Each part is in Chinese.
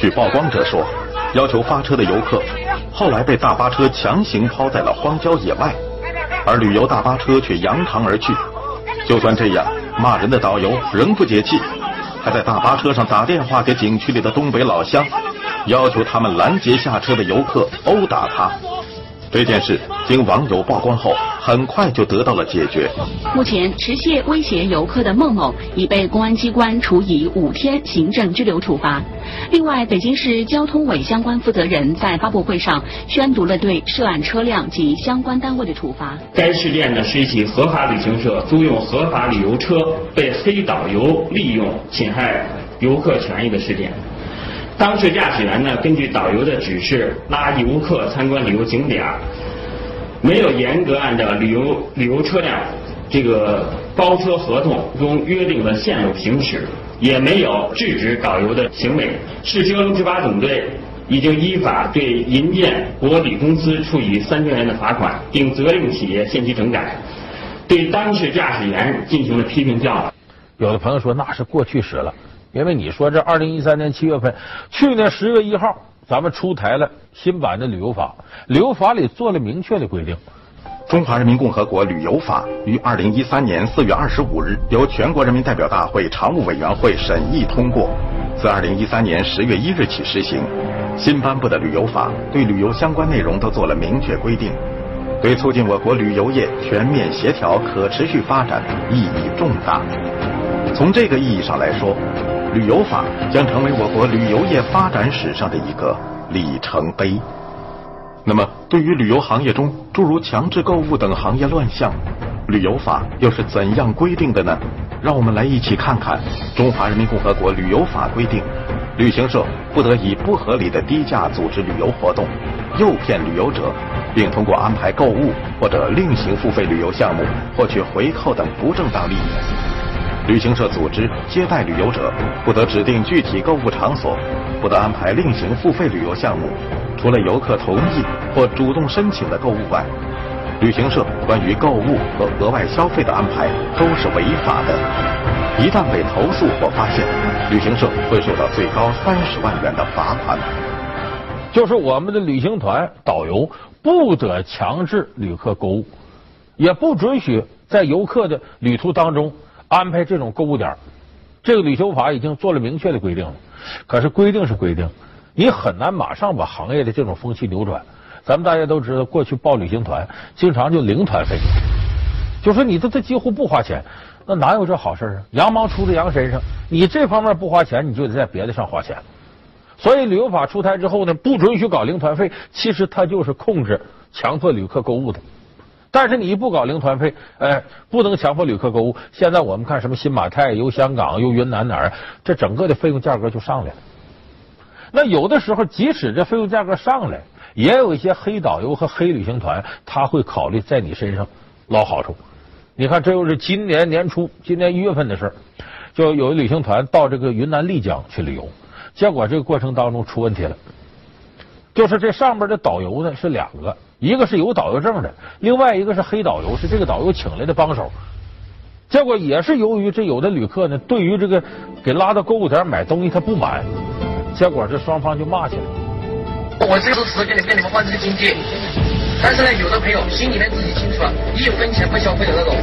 据曝光者说，要求发车的游客后来被大巴车强行抛在了荒郊野外，而旅游大巴车却扬长而去。就算这样，骂人的导游仍不解气，还在大巴车上打电话给景区里的东北老乡，要求他们拦截下车的游客，殴打他。这件事经网友曝光后，很快就得到了解决。 目前，持械威胁游客的孟某已被公安机关处以5天行政拘留处罚。另外，北京市交通委相关负责人在发布会上宣读了对涉案车辆及相关单位的处罚。 该事件呢是一起合法旅行社租用合法旅游车被黑导游利用侵害游客权益的事件。当事驾驶员呢，根据导游的指示拉游客参观旅游景点，没有严格按照旅游车辆这个包车合同中约定的线路行驶，也没有制止导游的行为。市交通执法总队已经依法对银建国旅公司处以3000元的罚款，并责令企业限期整改，对当事驾驶员进行了批评教育。 有的朋友说那是过去式了，因为你说这2013年7月份，去年10月1号，咱们出台了新版的旅游法，旅游法里做了明确的规定。 中华人民共和国旅游法于2013年4月25日由全国人民代表大会常务委员会审议通过，自2013年10月1日起实行。新颁布的旅游法对旅游相关内容都做了明确规定，对促进我国旅游业全面协调可持续发展意义重大。从这个意义上来说，旅游法将成为我国旅游业发展史上的一个里程碑。那么，对于旅游行业中诸如强制购物等行业乱象，旅游法又是怎样规定的呢？让我们来一起看看《中华人民共和国旅游法》规定，旅行社不得以不合理的低价组织旅游活动，诱骗旅游者，并通过安排购物或者另行付费旅游项目获取回扣等不正当利益。旅行社组织接待旅游者，不得指定具体购物场所，不得安排另行付费旅游项目。除了游客同意或主动申请的购物外，旅行社关于购物和额外消费的安排都是违法的。一旦被投诉或发现，旅行社会受到最高30万元的罚款。 就是我们的旅行团导游不得强制旅客购物，也不准许在游客的旅途当中安排这种购物点。这个旅游法已经做了明确的规定了，可是规定是规定，你很难马上把行业的这种风气扭转。咱们大家都知道，过去报旅行团经常就零团费，就说你这几乎不花钱，那哪有这好事啊？羊毛出在羊身上，你这方面不花钱，你就得在别的上花钱。所以旅游法出台之后呢，不准许搞零团费，其实它就是控制、强迫旅客购物的。但是你一不搞零团费，不能强迫旅客购物。现在我们看什么新马泰、游香港、游云南哪儿，这整个的费用价格就上来了。那有的时候，即使这费用价格上来，也有一些黑导游和黑旅行团，他会考虑在你身上捞好处。你看，这又是今年年初，今年1月份的事儿，就有一旅行团到这个云南丽江去旅游，结果这个过程当中出问题了。就是这上边的导游呢是2个，一个是有导游证的，另外一个是黑导游，是这个导游请来的帮手。结果也是由于这有的旅客呢，对于这个给拉到购物点买东西他不满，结果这双方就骂起来。 我这个时间里跟你们换这个经济，但是呢，有的朋友心里面自己清楚了，1分钱不消费的那种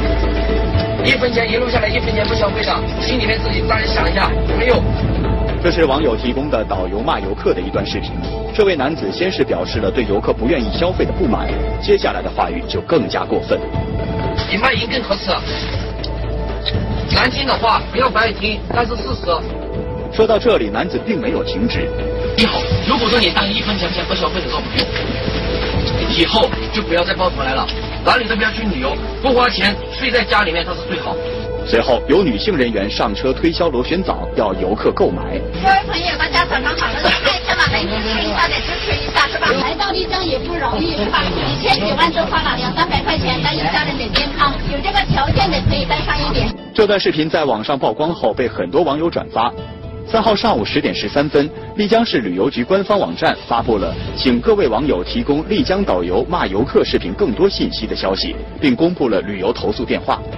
，1分钱一路下来1分钱不消费的，心里面自己大家想一下，没有。 这是网友提供的导游骂游客的一段视频。这位男子先是表示了对游客不愿意消费的不满，接下来的话语就更加过分。 比卖淫更可耻，难听的话不要白听，但是事实。 说到这里，男子并没有停止。 以后如果说你当1分钱不消费的做朋友，以后就不要再抱团来了，哪里都不要去旅游，不花钱睡在家里面，它是最好。 随后，有女性人员上车推销螺旋藻，要游客购买。 各位朋友，大家早上好，那就看一下吧，来支持一下，得支持一下，是吧？来到丽江也不容易，是吧？以前几万都花了200-300块钱，但一家人的健康，有这个条件的可以带上一点。 这段视频在网上曝光后，被很多网友转发。3号上午10点13分，丽江市旅游局官方网站发布了请各位网友提供丽江导游骂游客视频更多信息的消息，并公布了旅游投诉电话。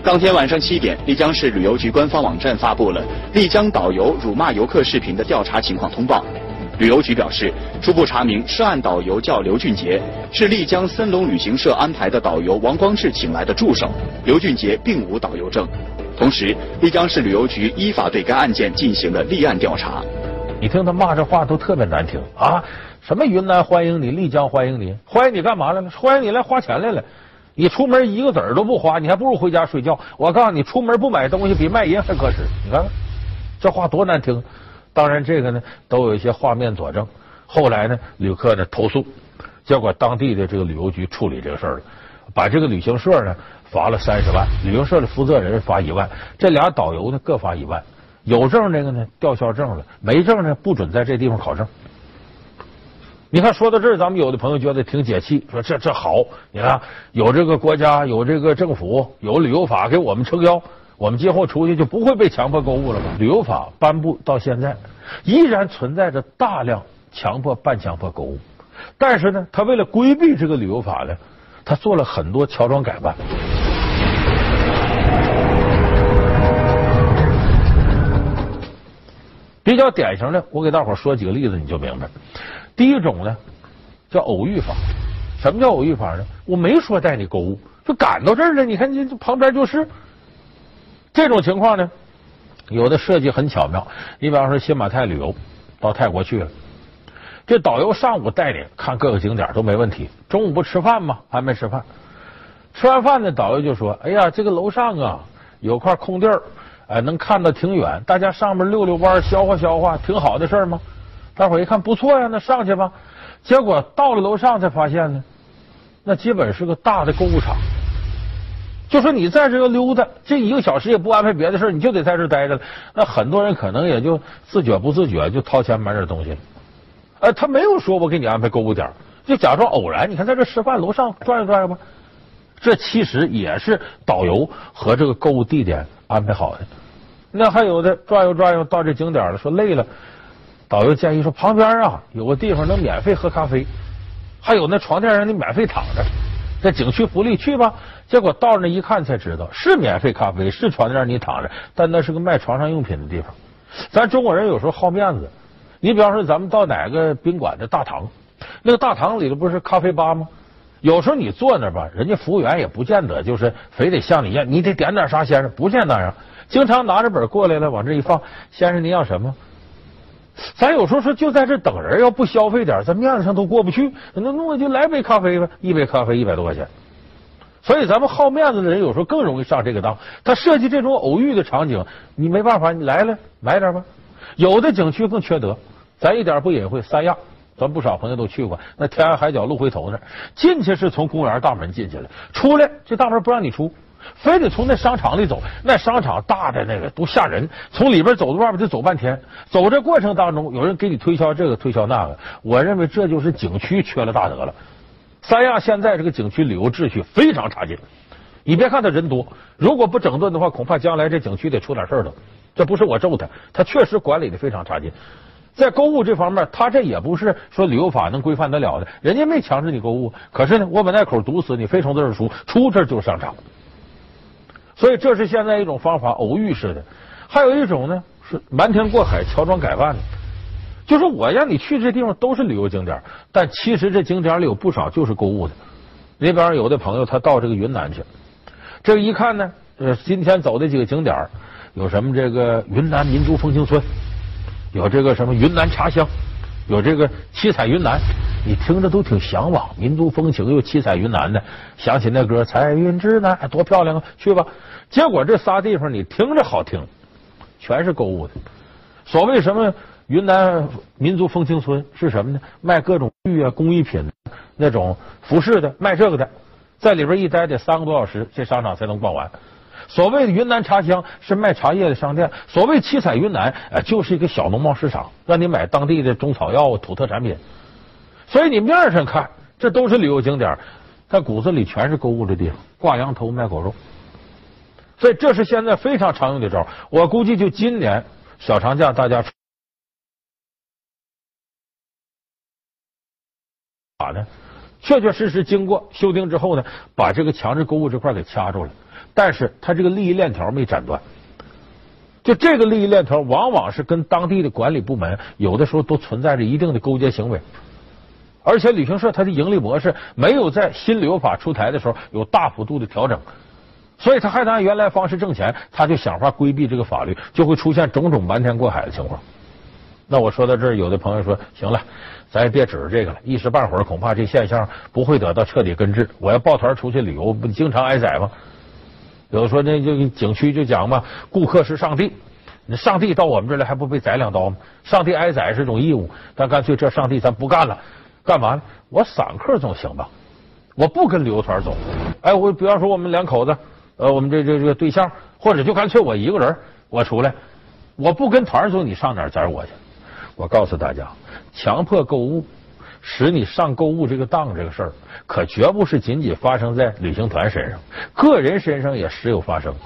当天晚上7点，丽江市旅游局官方网站发布了丽江导游辱骂游客视频的调查情况通报。旅游局表示，初步查明涉案导游叫刘俊杰，是丽江森龙旅行社安排的导游王光志请来的助手。刘俊杰并无导游证。同时，丽江市旅游局依法对该案件进行了立案调查。 你听他骂这话都特别难听啊！什么云南欢迎你，丽江欢迎你，欢迎你干嘛来了？欢迎你来花钱来了。你出门一个子儿都不花，你还不如回家睡觉。我告诉你，出门不买东西比卖淫还可耻。你看看这话多难听。当然这个呢都有一些画面佐证。后来呢旅客呢投诉，结果当地的这个旅游局处理这个事儿了，把这个旅行社呢罚了30万，旅行社的负责人罚1万，这俩导游呢各罚1万。有证这个呢吊销证了，没证呢不准在这地方考证。你看说到这儿，咱们有的朋友觉得挺解气，说这好，你看有这个国家，有这个政府，有旅游法给我们撑腰，我们今后出去就不会被强迫购物了吧？旅游法颁布到现在，依然存在着大量强迫、半强迫购物，但是呢，他为了规避这个旅游法呢，他做了很多乔装改扮。比较典型的，我给大伙说几个例子，你就明白。第一种呢，叫偶遇法。什么叫偶遇法呢？我没说带你购物，就赶到这儿了。你看，这旁边就是这种情况呢。有的设计很巧妙，你比方说新马泰旅游到泰国去了，这导游上午带你看各个景点都没问题，中午不吃饭吗？还没吃饭，吃完饭呢，导游就说：“哎呀，这个楼上啊有块空地儿，能看到挺远，大家上面溜溜弯，消化消化，挺好的事儿吗？”大伙一看不错呀，那上去吧。结果到了楼上才发现呢，那基本是个大的购物场。就说你在这个溜达，这1个小时也不安排别的事儿，你就得在这待着了。那很多人可能也就自觉不自觉就掏钱买点东西了。他没有说我给你安排购物点，就假装偶然。你看在这吃饭，楼上转悠转悠吧。这其实也是导游和这个购物地点安排好的。那还有的转悠转悠到这景点了，说累了。导游建议说，旁边啊有个地方能免费喝咖啡，还有那床垫让你免费躺着，这景区福利去吧。结果到那一看才知道，是免费咖啡，是床垫让你躺着，但那是个卖床上用品的地方。咱中国人有时候好面子，你比方说咱们到哪个宾馆的大堂，那个大堂里头不是咖啡吧吗？有时候你坐那吧，人家服务员也不见得就是非得像你一样，你得点点啥先生，不见那样。经常拿着本过来了，往这一放，先生您要什么？咱有时候说就在这等人，要不消费点，咱面子上都过不去。那我就来杯咖啡吧，一杯咖啡100多块钱。所以咱们好面子的人有时候更容易上这个当。他设计这种偶遇的场景，你没办法，你来了买点吧。有的景区更缺德，咱一点不隐晦，三亚咱不少朋友都去过，那天涯海角路回头那儿，进去是从公园大门进去了，出来这大门不让你出，非得从那商场里走。那商场大的那个都吓人，从里边走到外边就走半天。走这过程当中，有人给你推销这个推销那个，我认为这就是景区缺了大德了。三亚现在这个景区旅游秩序非常差劲，你别看它人多，如果不整顿的话，恐怕将来这景区得出点事儿了。这不是我咒他确实管理的非常差劲。在购物这方面，他这也不是说旅游法能规范得了的，人家没强制你购物，可是呢，我把那口堵死，你非从这儿出这儿就是商场。所以这是现在一种方法，偶遇式的。还有一种呢是瞒天过海、乔装改扮的，就是我让你去这地方都是旅游景点，但其实这景点里有不少就是购物的。那边有的朋友他到这个云南去，这个一看呢，今天走的几个景点有什么这个云南民族风情村，有这个什么云南茶乡，有这个七彩云南，你听着都挺向往，民族风情又七彩云南的，想起那歌彩云之南，多漂亮啊，去吧。结果这仨地方你听着好听，全是购物的。所谓什么云南民族风情村是什么呢？卖各种玉啊、工艺品那种服饰的，卖这个的，在里边一待得3个多小时，这商场才能逛完。所谓的云南茶乡是卖茶叶的商店，所谓七彩云南就是一个小农贸市场，让你买当地的中草药、土特产品。所以你面上看这都是旅游景点，但骨子里全是购物的地方，挂羊头卖狗肉。所以这是现在非常常用的招。我估计就今年小长假大家呢确确实实经过修订之后呢，把这个强制购物这块给掐住了，但是它这个利益链条没斩断。就这个利益链条，往往是跟当地的管理部门有的时候都存在着一定的勾结行为，而且旅行社它的盈利模式没有在新旅游法出台的时候有大幅度的调整，所以他还拿原来方式挣钱，他就想法规避这个法律，就会出现种种瞒天过海的情况。那我说到这儿，有的朋友说行了，咱也别指着这个了，一时半会儿恐怕这现象不会得到彻底根治。我要抱团出去旅游，不经常挨宰吗？有的说那就景区就讲嘛，顾客是上帝，那上帝到我们这儿来还不被宰两刀吗？上帝挨宰是种义务，但干脆这上帝咱不干了，干嘛呢？我散客总行吧，我不跟旅游团走。哎，我比方说我们两口子，我们这个对象，或者就干脆我一个人，我出来，我不跟团走，你上哪儿宰我去？我告诉大家，强迫购物使你上购物这个当这个事儿，可绝不是仅仅发生在旅行团身上，个人身上也时有发生。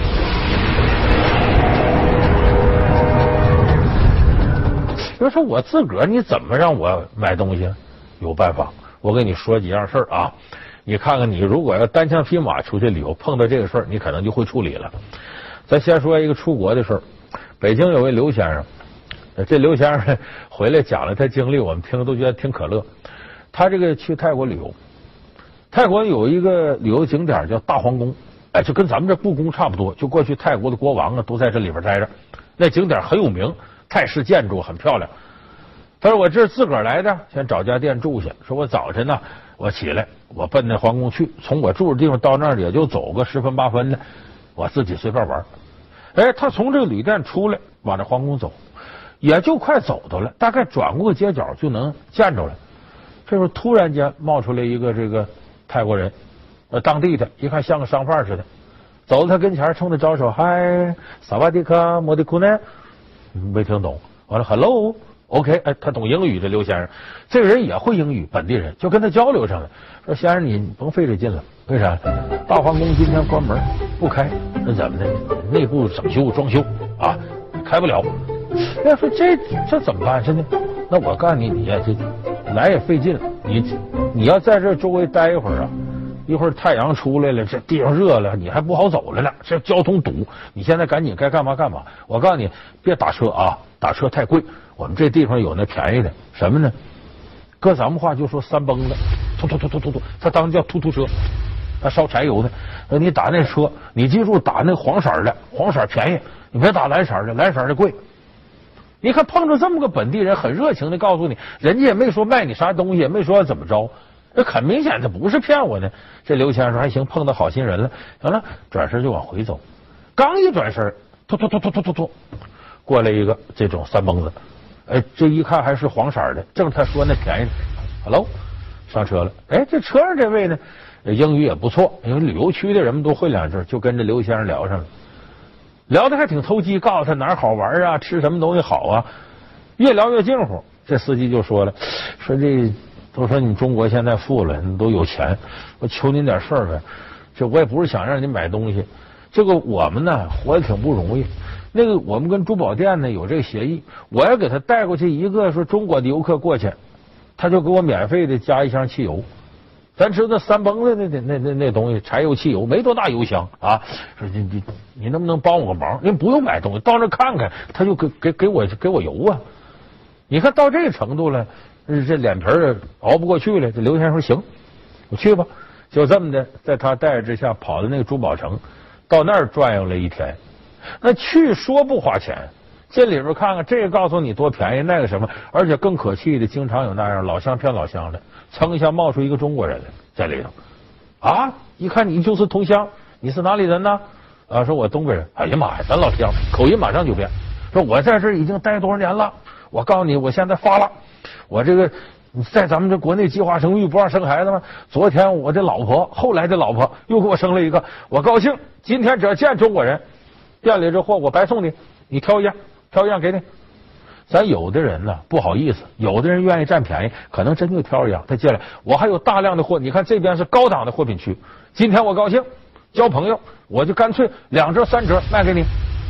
比如说我自个儿，你怎么让我买东西？有办法，我跟你说几样事儿啊。你看看，你如果要单枪匹马出去旅游，碰到这个事儿，你可能就会处理了。咱先说一个出国的事儿。北京有位刘先生，这刘先生回来讲了他经历，我们听了都觉得挺可乐。他这个去泰国旅游，泰国有一个旅游景点叫大皇宫，哎，就跟咱们这故宫差不多，就过去泰国的国王啊都在这里边待着，那景点很有名，泰式建筑很漂亮。他说我这是自个儿来的，先找家店住下。说我早晨呢，我起来，我奔那皇宫去，从我住的地方到那儿也就走个10分8分的，我自己随便玩。哎，他从这个旅店出来，往这皇宫走，也就快走到了，大概转过个街角就能见着了。这时候突然间冒出来一个这个泰国人，当地的，一看像个商贩似的，走到他跟前，冲他招手，嗨，萨瓦迪卡，莫迪库奈，没听懂。完了 ，hello。OK， 哎，他懂英语，这刘先生，这个人也会英语，本地人，就跟他交流上了。说先生，你甭费这劲了，为啥？大皇宫今天关门不开，那怎么的？内部整修装修啊，开不了。要说这怎么办？真的？那我告诉你，你呀，这来也费劲了。你要在这周围待一会儿啊，一会儿太阳出来了，这地方热了，你还不好走了呢。这交通堵，你现在赶紧该干嘛干嘛。我告诉你，别打车啊，打车太贵。我们这地方有那便宜的，什么呢？搁咱们话就说三蹦子，突，他当叫突车，他烧柴油的。你打那车，你记住打那黄色的，黄色便宜，你别打蓝色的，蓝色的贵。你看碰着这么个本地人，很热情的告诉你，人家也没说卖你啥东西，也没说要怎么着，这很明显他不是骗我的。这刘先生说还行，碰到好心人了，行了，转身就往回走。刚一转身，突，过来一个这种三蹦子。哎，这一看还是黄色的，正他说那便宜的。Hello， 上车了。哎，这车上这位呢，英语也不错，因为旅游区的人们都会两句，就跟这刘先生聊上了，聊得还挺投机，告诉他哪儿好玩啊，吃什么东西好啊，越聊越近乎。这司机就说了，说这都说你中国现在富了，你都有钱，我求您点事儿呗。这我也不是想让你买东西，这个我们呢活得挺不容易。那个我们跟珠宝店呢有这个协议，我要给他带过去一个说中国的游客过去，他就给我免费的加一箱汽油。咱知道三蹦子那东西，柴油汽油没多大油箱啊。说你能不能帮我个忙？您不用买东西，到那看看，他就给我油啊。你看到这个程度了，这脸皮熬不过去了。这刘先生说行，我去吧。就这么的，在他带着之下跑到那个珠宝城，到那儿转悠了一天。那去说不花钱，进里边看看，这个告诉你多便宜，那个什么，而且更可气的，经常有那样老乡骗老乡的，蹭一下冒出一个中国人来在里头啊！一看你就是同乡，你是哪里人呢？啊，说我东北人。哎呀妈呀，咱老乡，口音马上就变。说我在这儿已经待多少年了，我告诉你，我现在发了，我这个在咱们这国内计划生育不让生孩子吗？昨天我的老婆，后来的老婆又给我生了一个，我高兴。今天只要见中国人，店里这货我白送你，你挑一样给你。咱有的人呢不好意思，有的人愿意占便宜，可能真就挑一样。他进来，我还有大量的货，你看这边是高档的货品区，今天我高兴交朋友，我就干脆2折3折卖给你。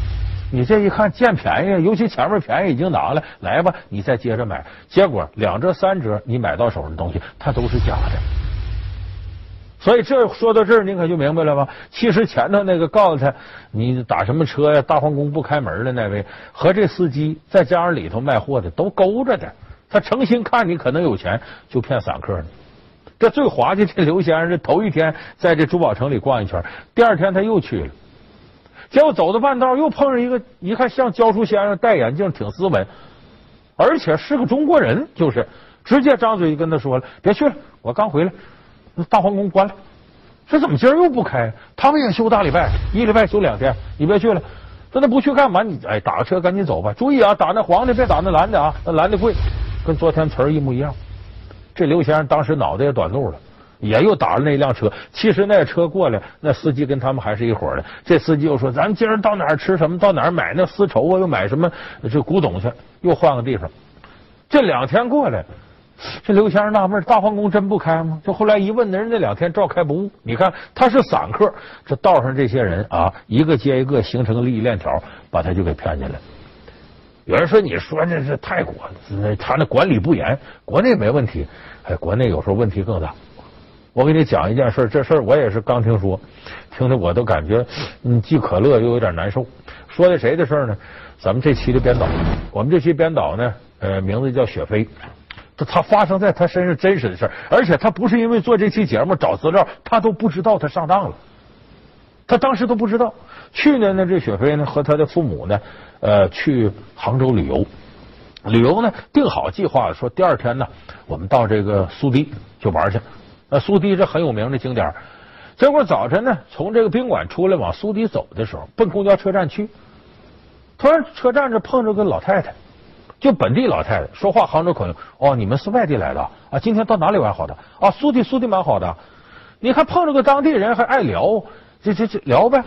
你这一看见便宜，尤其前面便宜已经拿了，来吧，你再接着买。结果2折3折，你买到手的东西它都是假的。所以这说到这儿，您可就明白了吧？其实前头那个告诉他你打什么车呀，大皇宫不开门的那位，和这司机再加上里头卖货的都勾着的。他诚心看你可能有钱，就骗散客呢。这最滑稽，这刘先生这头一天在这珠宝城里逛一圈，第2天他又去了，结果走到半道又碰上一个，一看像教书先生，戴眼镜，挺斯文，而且是个中国人，就是直接张嘴就跟他说了：“别去了，我刚回来。”大皇宫关了，这怎么今儿又不开？他们也休大礼拜，1礼拜休2天，你别去了。说那不去干嘛？你打个车赶紧走吧。注意啊，打那黄的别打那蓝的啊，那蓝的贵，跟昨天词儿一模一样。这刘先生当时脑袋也短路了，也又打了那辆车。其实那车过来，那司机跟他们还是一伙的。这司机又说：“咱今儿到哪儿吃什么？到哪儿买那丝绸啊？又买什么这古董去？又换个地方。”这2天过来。这刘先生纳闷，大皇宫真不开吗？就后来一问，人那2天照开不误。你看他是散客，这道上这些人啊，一个接一个形成利益链条，把他就给骗进来。有人说，你说这是泰国，他那管理不严，国内没问题，国内有时候问题更大。我给你讲一件事，这事儿我也是刚听说，听得我都感觉既可乐又有点难受。说的谁的事儿呢？咱们这期的编导，我们这期编导呢，名字叫雪飞。他发生在他身上真实的事儿，而且他不是因为做这期节目找资料，他都不知道他上当了，他当时都不知道。去年呢，这雪飞呢和他的父母呢，去杭州旅游，定好计划说第2天呢，我们到这个苏堤去玩去。苏堤这很有名的景点。结果早晨呢，从这个宾馆出来往苏堤走的时候，奔公交车站去，突然车站这碰着个老太太。就本地老太太说话杭州口音，哦，你们是外地来的啊？今天到哪里玩好的啊？苏堤蛮好的。你看碰着个当地人还爱聊，这聊呗。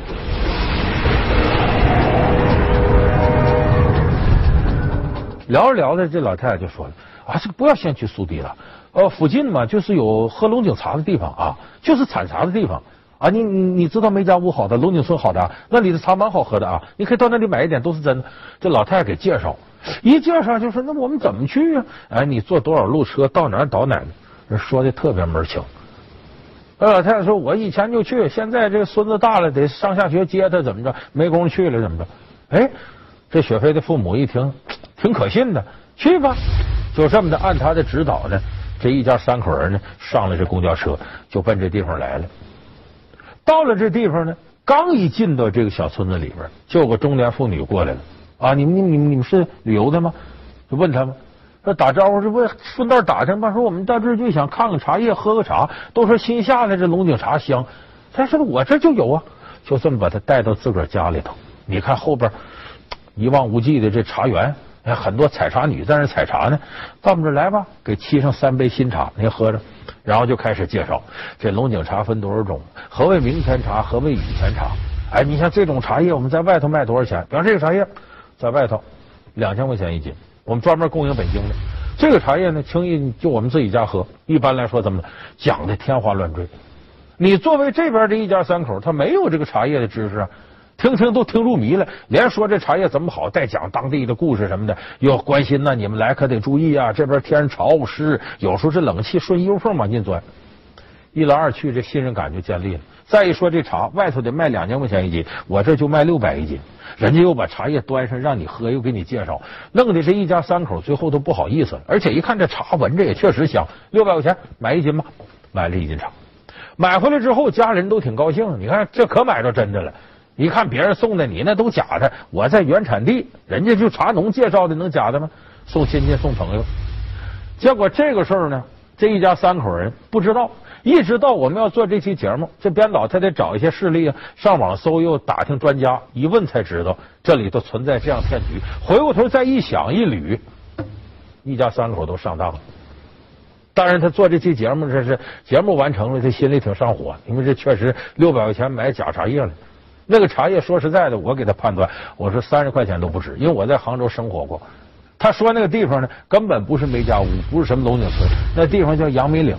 聊着聊着，这老太太就说了啊，这个不要先去苏堤了，附近嘛就是有喝龙井茶的地方啊，就是产茶的地方啊。你知道梅家坞好的，龙井村好的，那里的茶蛮好喝的啊，你可以到那里买一点，都是真的。这老太太给介绍。一介绍就说那我们怎么去啊？你坐多少路车到哪儿倒哪儿？人说的特别门清。老太太说：“我以前就去，现在这个孙子大了，得上下学接他，怎么着？没工夫去了，怎么着？”这雪飞的父母一听，挺可信的，去吧。就这么的，按他的指导呢，这一家3口人呢，上了这公交车，就奔这地方来了。到了这地方呢，刚一进到这个小村子里边，就有个中年妇女过来了。啊，你们是旅游的吗？就问他们，说打招呼，这问顺道打听吧。说我们到这儿就想看看茶叶，喝个茶。都说新下来这龙井茶香。他说我这就有啊，就这么把他带到自个儿家里头。你看后边一望无际的这茶园，很多采茶女在那采茶呢。到我们这儿来吧，给沏上3杯新茶，您喝着。然后就开始介绍这龙井茶分多少种，何谓明前茶，何谓雨前茶。你像这种茶叶，我们在外头卖多少钱？比方这个茶叶。在外头2000块钱1斤，我们专门供应北京的。这个茶叶呢，轻易就我们自己家喝。一般来说，怎么讲的天花乱坠？你作为这边的一家3口，他没有这个茶叶的知识啊，听都听入迷了，连说这茶叶怎么好，带讲当地的故事什么的，又关心呢，你们来可得注意啊，这边天潮湿，有时候这冷气顺衣服缝往进钻。一来二去，这信任感就建立了。再一说这茶外头得卖2000块钱1斤，我这就卖6001斤，人家又把茶叶端上让你喝，又给你介绍，弄得这一家3口最后都不好意思了。而且一看这茶闻着也确实香，600块钱买1斤吧，买了1斤茶。买回来之后家人都挺高兴，你看这可买着真的了。一看别人送的你那都假的，我在原产地，人家就茶农介绍的，能假的吗？送亲戚送朋友。结果这个事儿呢，这一家3口人不知道。一直到我们要做这期节目，这编导他得找一些事例啊，上网搜又打听专家，一问才知道这里头存在这样骗局。回过头再一想一捋，一家3口都上当了。当然他做这期节目，这是节目完成了，他心里挺上火，因为这确实600块钱买假茶叶了。那个茶叶说实在的，我给他判断，我说30块钱都不值，因为我在杭州生活过。他说那个地方呢，根本不是梅家坞，不是什么龙井村，那地方叫杨梅岭。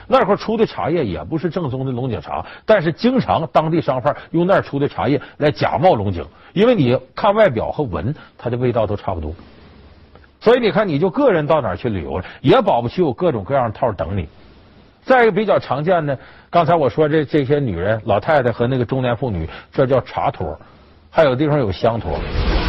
那块出的茶叶也不是正宗的龙井茶，但是经常当地商贩用那儿出的茶叶来假冒龙井，因为你看外表和闻，它的味道都差不多。所以你看，你就个人到哪儿去旅游了，也保不齐有各种各样的套等你。再一个比较常见的，刚才我说这些女人、老太太和那个中年妇女，这叫茶托，还有地方有香托。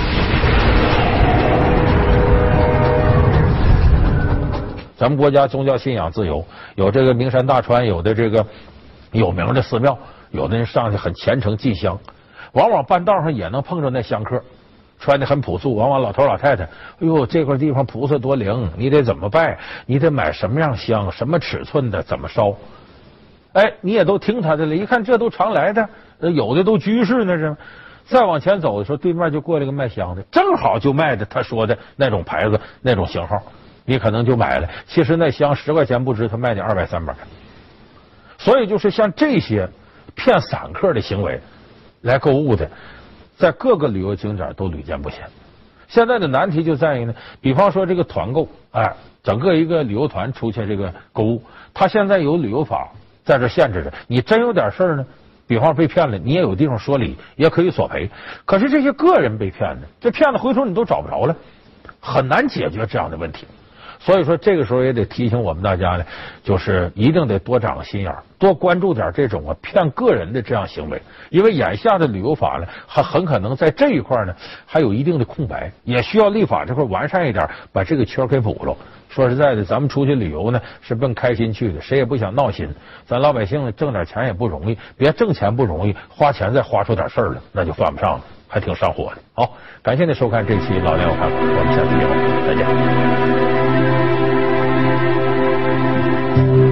咱们国家宗教信仰自由，有这个名山大川，有的这个有名的寺庙，有的人上去很虔诚祭香，往往半道上也能碰着那香客。穿的很朴素，往往老头老太太，哎呦，这块地方菩萨多灵，你得怎么拜，你得买什么样香，什么尺寸的，怎么烧，哎，你也都听他的了。一看这都常来的，有的都居士那是。再往前走的时候，对面就过来个卖香的，正好就卖的他说的那种牌子、那种型号，你可能就买了。其实那香10块钱不值，他卖你200、300。所以就是像这些骗散客的行为来购物的，在各个旅游景点都屡见不鲜。现在的难题就在于呢，比方说这个团购，哎，整个一个旅游团出去这个购物，他现在有旅游法在这限制着，你真有点事儿呢，比方被骗了，你也有地方说理，也可以索赔。可是这些个人被骗的，这骗子回头你都找不着了，很难解决这样的问题。所以说这个时候也得提醒我们大家呢，就是一定得多长个心眼儿，多关注点这种骗个人的这样行为，因为眼下的旅游法呢，还很可能在这一块呢还有一定的空白，也需要立法这块完善一点，把这个缺给补了。说实在的，咱们出去旅游呢是奔开心去的，谁也不想闹心。咱老百姓呢挣点钱也不容易，别挣钱不容易，花钱再花出点事儿来，那就犯不上了，还挺上火的。好，感谢您收看这期老梁有看法，我们下次节目再见。